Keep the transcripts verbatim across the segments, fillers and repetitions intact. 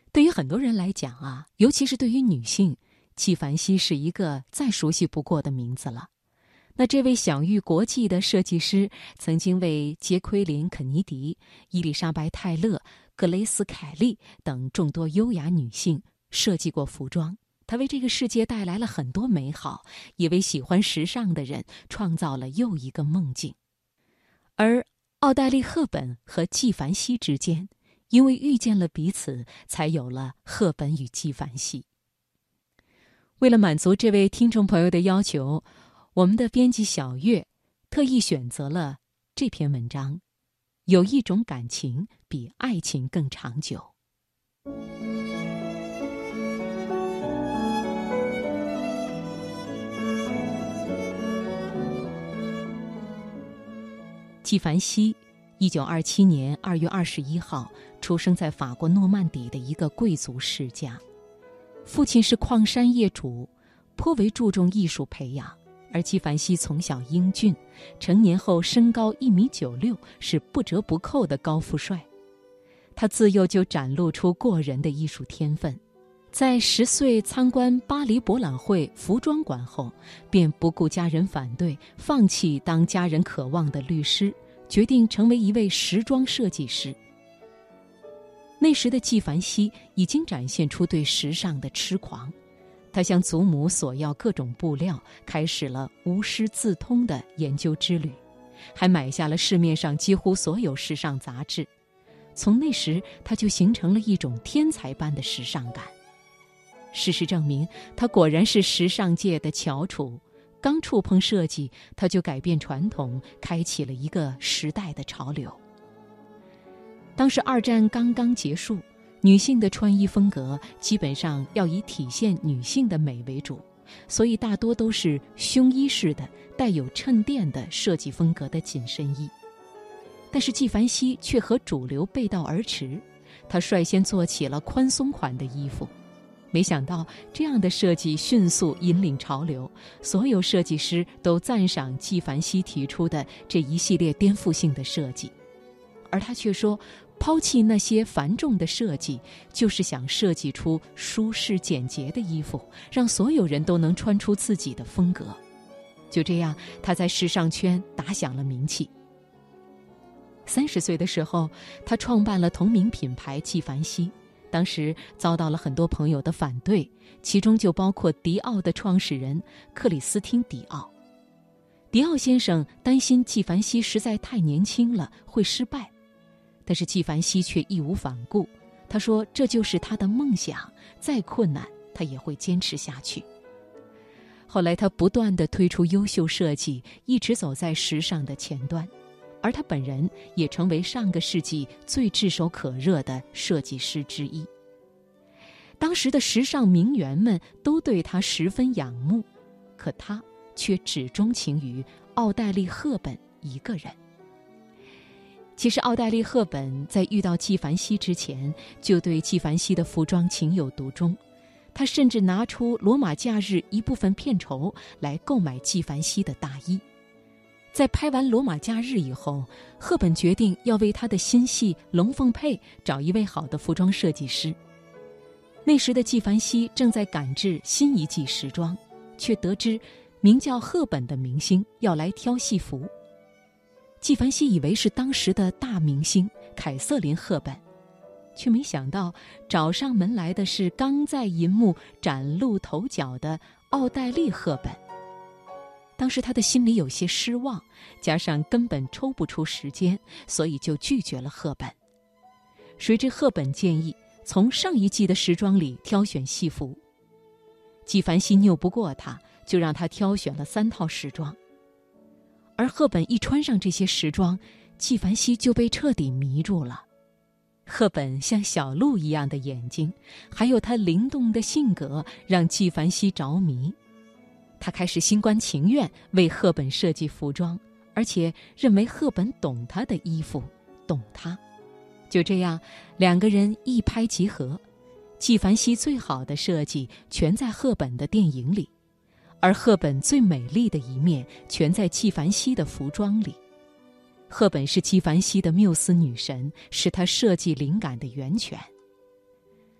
对于很多人来讲啊，尤其是对于女性，纪梵希是一个再熟悉不过的名字了。那这位享誉国际的设计师，曾经为杰奎琳·肯尼迪、伊丽莎白·泰勒、格雷斯·凯利等众多优雅女性设计过服装。他为这个世界带来了很多美好，也为喜欢时尚的人创造了又一个梦境。而奥黛丽·赫本和纪梵希之间，因为遇见了彼此，才有了赫本与纪梵希。为了满足这位听众朋友的要求，我们的编辑小月特意选择了这篇文章。有一种感情比爱情更长久。纪梵希一九二七年二月二十一号出生在法国诺曼底的一个贵族世家，父亲是矿山业主，颇为注重艺术培养。而纪梵希从小英俊，成年后身高一米九六，是不折不扣的高富帅。他自幼就展露出过人的艺术天分，在十岁参观巴黎博览会服装馆后，便不顾家人反对，放弃当家人渴望的律师，决定成为一位时装设计师。那时的纪梵希已经展现出对时尚的痴狂，他向祖母索要各种布料，开始了无师自通的研究之旅，还买下了市面上几乎所有时尚杂志。从那时，他就形成了一种天才般的时尚感。事实证明，他果然是时尚界的翘楚。刚触碰设计，他就改变传统，开启了一个时代的潮流。当时二战刚刚结束，女性的穿衣风格基本上要以体现女性的美为主，所以大多都是胸衣式的、带有衬垫的设计风格的紧身衣。但是纪梵希却和主流背道而驰，他率先做起了宽松款的衣服。没想到这样的设计迅速引领潮流，所有设计师都赞赏纪梵希提出的这一系列颠覆性的设计。而他却说，抛弃那些繁重的设计，就是想设计出舒适简洁的衣服，让所有人都能穿出自己的风格。就这样，他在时尚圈打响了名气。三十岁的时候，他创办了同名品牌纪梵希，当时遭到了很多朋友的反对，其中就包括迪奥的创始人克里斯汀·迪奥。迪奥先生担心纪梵希实在太年轻了，会失败。但是纪梵希却义无反顾，他说这就是他的梦想，再困难他也会坚持下去。后来他不断地推出优秀设计，一直走在时尚的前端，而他本人也成为上个世纪最炙手可热的设计师之一。当时的时尚名媛们都对他十分仰慕，可他却只钟情于奥黛丽·赫本一个人。其实奥黛丽·赫本在遇到纪梵希之前，就对纪梵希的服装情有独钟。她甚至拿出罗马假日一部分片酬来购买纪梵希的大衣。在拍完罗马假日以后，赫本决定要为她的新戏《龙凤配》找一位好的服装设计师。那时的纪梵希正在赶制新一季时装，却得知名叫赫本的明星要来挑戏服。纪梵希以为是当时的大明星凯瑟琳·赫本，却没想到找上门来的是刚在银幕崭露头角的奥黛丽·赫本。当时他的心里有些失望，加上根本抽不出时间，所以就拒绝了赫本。谁知赫本建议从上一季的时装里挑选戏服，纪梵希拗不过他，就让他挑选了三套时装。而赫本一穿上这些时装，纪梵希就被彻底迷住了。赫本像小鹿一样的眼睛，还有她灵动的性格，让纪梵希着迷。他开始心甘情愿为赫本设计服装，而且认为赫本懂他的衣服，懂他。就这样，两个人一拍即合。纪梵希最好的设计全在赫本的电影里，而赫本最美丽的一面全在纪梵希的服装里。赫本是纪梵希的缪斯女神，是她设计灵感的源泉。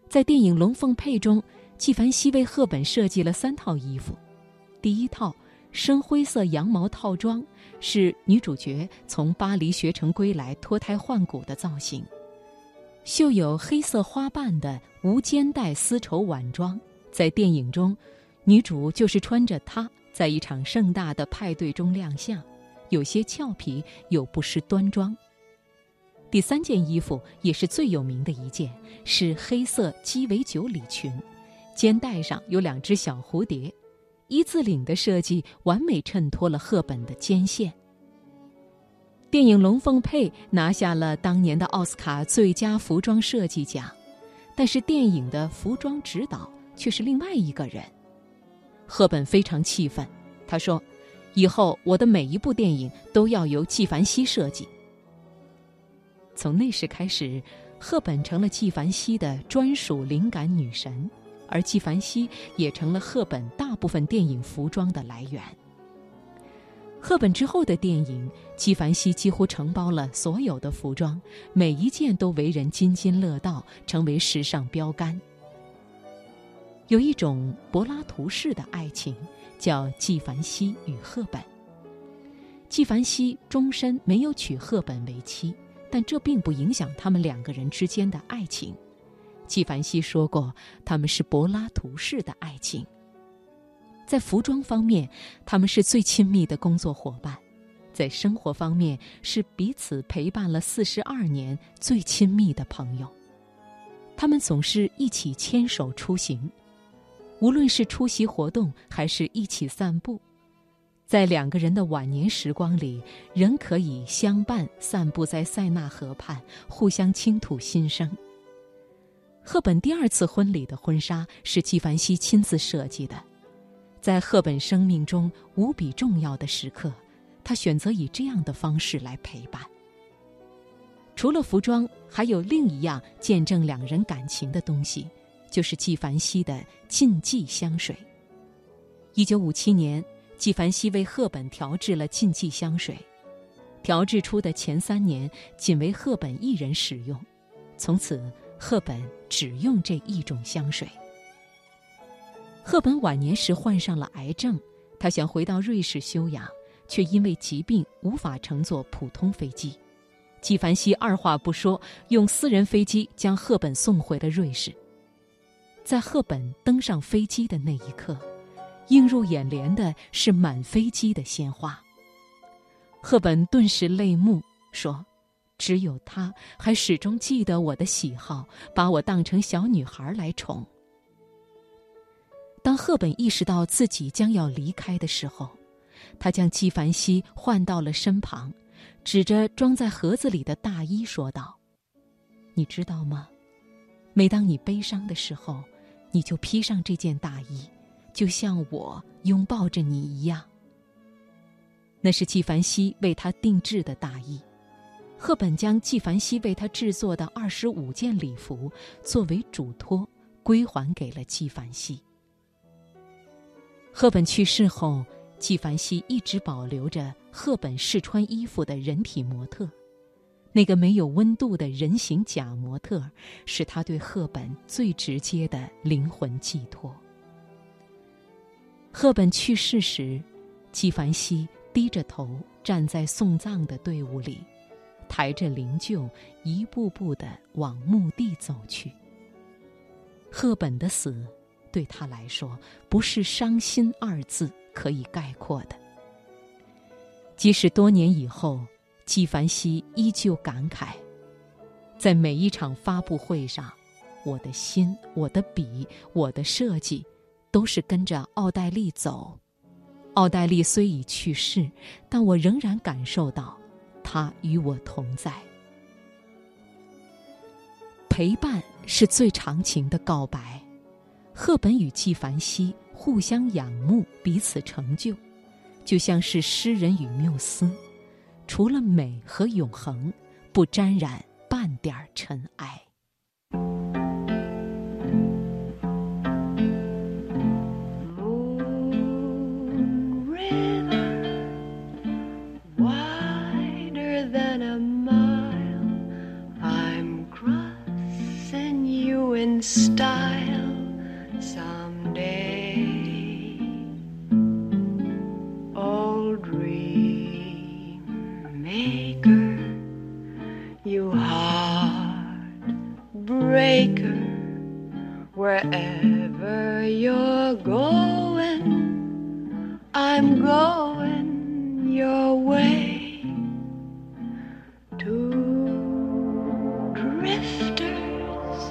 在电影《龙凤配》中，纪梵希为赫本设计了三套衣服。第一套深灰色羊毛套装是女主角从巴黎学成归来脱胎换骨的造型，绣有黑色花瓣的无肩带丝绸晚装，在电影中，女主就是穿着它在一场盛大的派对中亮相，有些俏皮又不失端庄。第三件衣服也是最有名的一件，是黑色鸡尾酒礼裙，肩带上有两只小蝴蝶，一字领的设计完美衬托了赫本的肩线。电影《龙凤配》拿下了当年的奥斯卡最佳服装设计奖，但是电影的服装指导却是另外一个人。赫本非常气愤，他说：“以后我的每一部电影都要由纪梵希设计。”从那时开始，赫本成了纪梵希的专属灵感女神，而纪梵希也成了赫本大部分电影服装的来源。赫本之后的电影，纪梵希几乎承包了所有的服装，每一件都为人津津乐道，成为时尚标杆。有一种柏拉图式的爱情，叫纪梵希与赫本。纪梵希终身没有娶赫本为妻，但这并不影响他们两个人之间的爱情。纪梵希说过，他们是柏拉图式的爱情。在服装方面，他们是最亲密的工作伙伴；在生活方面，是彼此陪伴了四十二年最亲密的朋友。他们总是一起牵手出行，无论是出席活动还是一起散步，在两个人的晚年时光里，仍可以相伴散步在塞纳河畔，互相倾吐心声。赫本第二次婚礼的婚纱是纪梵希亲自设计的，在赫本生命中无比重要的时刻，他选择以这样的方式来陪伴。除了服装，还有另一样见证两人感情的东西，就是纪梵希的禁忌香水。一九五七年，纪梵希为赫本调制了禁忌香水，调制出的前三年仅为赫本一人使用，从此赫本只用这一种香水。赫本晚年时患上了癌症，他想回到瑞士休养，却因为疾病无法乘坐普通飞机。纪梵希二话不说，用私人飞机将赫本送回了瑞士。在赫本登上飞机的那一刻，映入眼帘的是满飞机的鲜花。赫本顿时泪目，说：“只有他还始终记得我的喜好，把我当成小女孩来宠。”当赫本意识到自己将要离开的时候，他将纪梵希唤到了身旁，指着装在盒子里的大衣说道：“你知道吗？每当你悲伤的时候，你就披上这件大衣，就像我拥抱着你一样。”那是纪梵希为他定制的大衣。赫本将纪梵希为他制作的二十五件礼服作为嘱托，归还给了纪梵希。赫本去世后，纪梵希一直保留着赫本试穿衣服的人体模特，那个没有温度的人形假模特，是他对赫本最直接的灵魂寄托。赫本去世时，纪梵希低着头站在送葬的队伍里，抬着灵柩一步步地往墓地走去。赫本的死对他来说，不是伤心二字可以概括的。即使多年以后，纪梵希依旧感慨，在每一场发布会上，我的心、我的笔、我的设计都是跟着奥黛丽走。奥黛丽虽已去世，但我仍然感受到她与我同在。陪伴是最长情的告白。赫本与纪梵希互相仰慕，彼此成就，就像是诗人与缪斯，除了美和永恒，不沾染半点尘埃。 Than a mile, I'm crossing you in in style someday. Oh, dream maker, you heartbreaker, wherever you're going, I'm going your way. Two drifters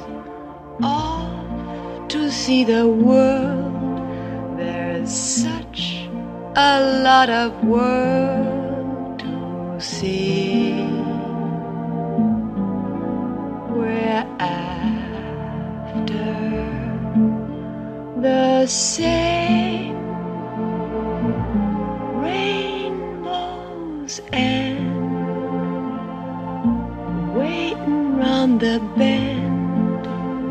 off to see the world. There's such a lot of world to see. We're after the same rainbows and waiting round the bend.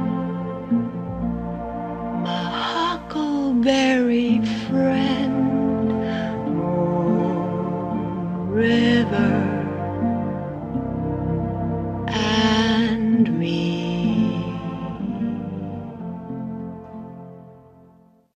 My huckleberry friend, Moon River.